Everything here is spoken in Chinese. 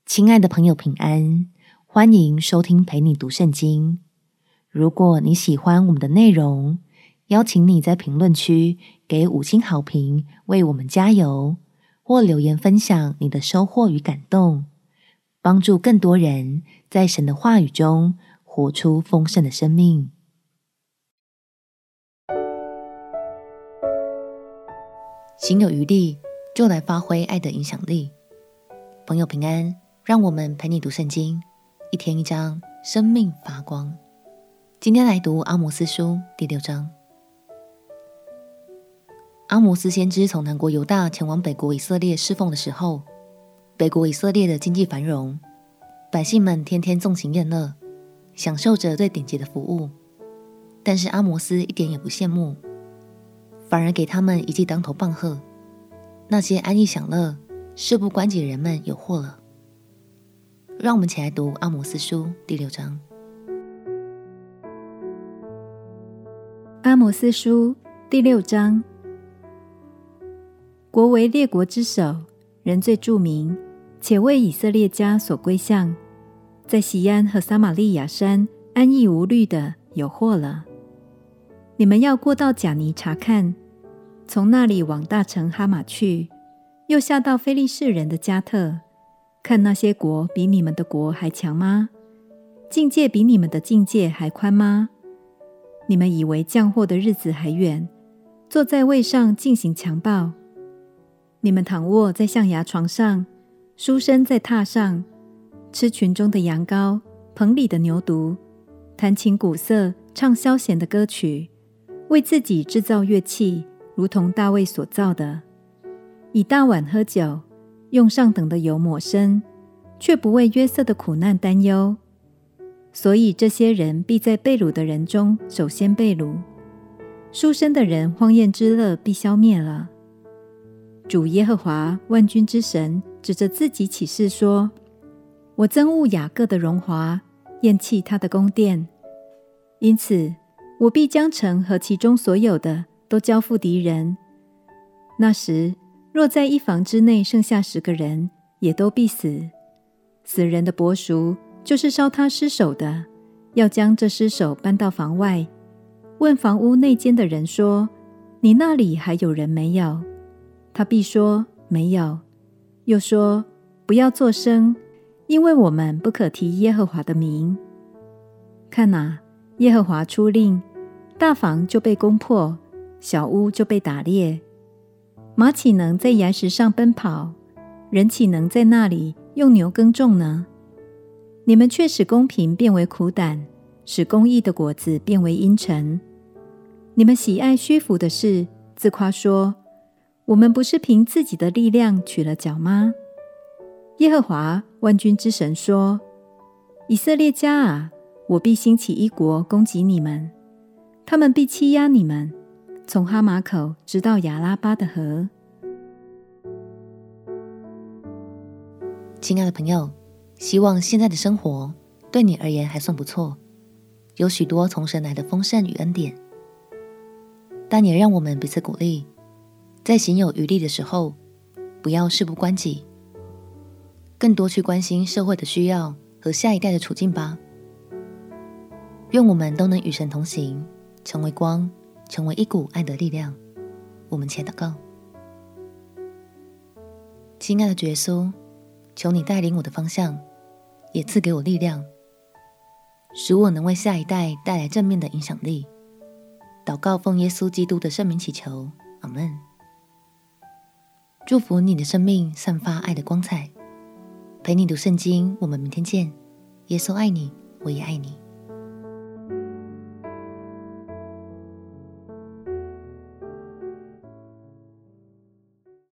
亲爱的朋友平安，欢迎收听陪你读圣经。如果你喜欢我们的内容，邀请你在评论区给5星好评，为我们加油，或留言分享你的收获与感动，帮助更多人在神的话语中活出丰盛的生命。心有余力，就来发挥爱的影响力。朋友平安，让我们陪你读圣经，一天一章，生命发光。今天来读阿摩司书第6章。阿摩司先知从南国犹大前往北国以色列侍奉的时候，北国以色列的经济繁荣，百姓们天天纵情宴乐，享受着最顶级的服务。但是阿摩司一点也不羡慕，反而给他们一记当头棒喝。那些安逸享乐、事不关己的人们有祸了。让我们一起来读阿摩司书第6章。 阿摩司书第6章。国为列国之首，人最著名，且为以色列家所归向，在锡安和撒玛利亚山安逸无虑的有祸了。你们要过到贾尼查看，从那里往大城哈马去，又下到非利士人的加特，看那些国比你们的国还强吗？境界比你们的境界还宽吗？你们以为降祸的日子还远，坐在位上进行强暴。你们躺卧在象牙床上，书生在榻上，吃群中的羊羔，棚里的牛犊，弹琴鼓瑟，唱消闲的歌曲，为自己制造乐器，如同大卫所造的，以大碗喝酒，用上等的油抹身，却不为约瑟的苦难担忧。所以这些人必在被掳的人中首先被掳，书生的人荒宴之乐必消灭了。主耶和华万军之神指着自己起誓说：我憎恶雅各的荣华，厌弃他的宫殿，因此我必将城和其中所有的都交付敌人。那时，若在一房之内剩下10个人，也都必死。死人的伯叔就是烧他尸首的，要将这尸首搬到房外，问房屋内间的人说：你那里还有人没有？他必说：没有。又说：不要作声，因为我们不可提耶和华的名。看哪，耶和华出令，大房就被攻破，小屋就被打裂。马岂能在岩石上奔跑？人岂能在那里用牛耕种呢？你们却使公平变为苦胆，使公义的果子变为阴沉。你们喜爱虚浮的事，自夸说：我们不是凭自己的力量取了角吗？耶和华万军之神说：以色列家啊，我必兴起一国攻击你们，他们必欺压你们，从哈马口直到亚拉巴的河。 亲爱的朋友，希望现在的生活对你而言还算不错，有许多从神来的丰盛与恩典，但也让我们彼此鼓励，在行有余力的时候，不要事不关己，更多去关心社会的需要和下一代的处境吧。愿我们都能与神同行，成为光，成为一股爱的力量。我们且祷告。亲爱的主耶稣，求你带领我的方向，也赐给我力量，使我能为下一代带来正面的影响力。祷告奉耶稣基督的圣名祈求，阿们。祝福你的生命散发爱的光彩。陪你读圣经，我们明天见。耶稣爱你，我也爱你。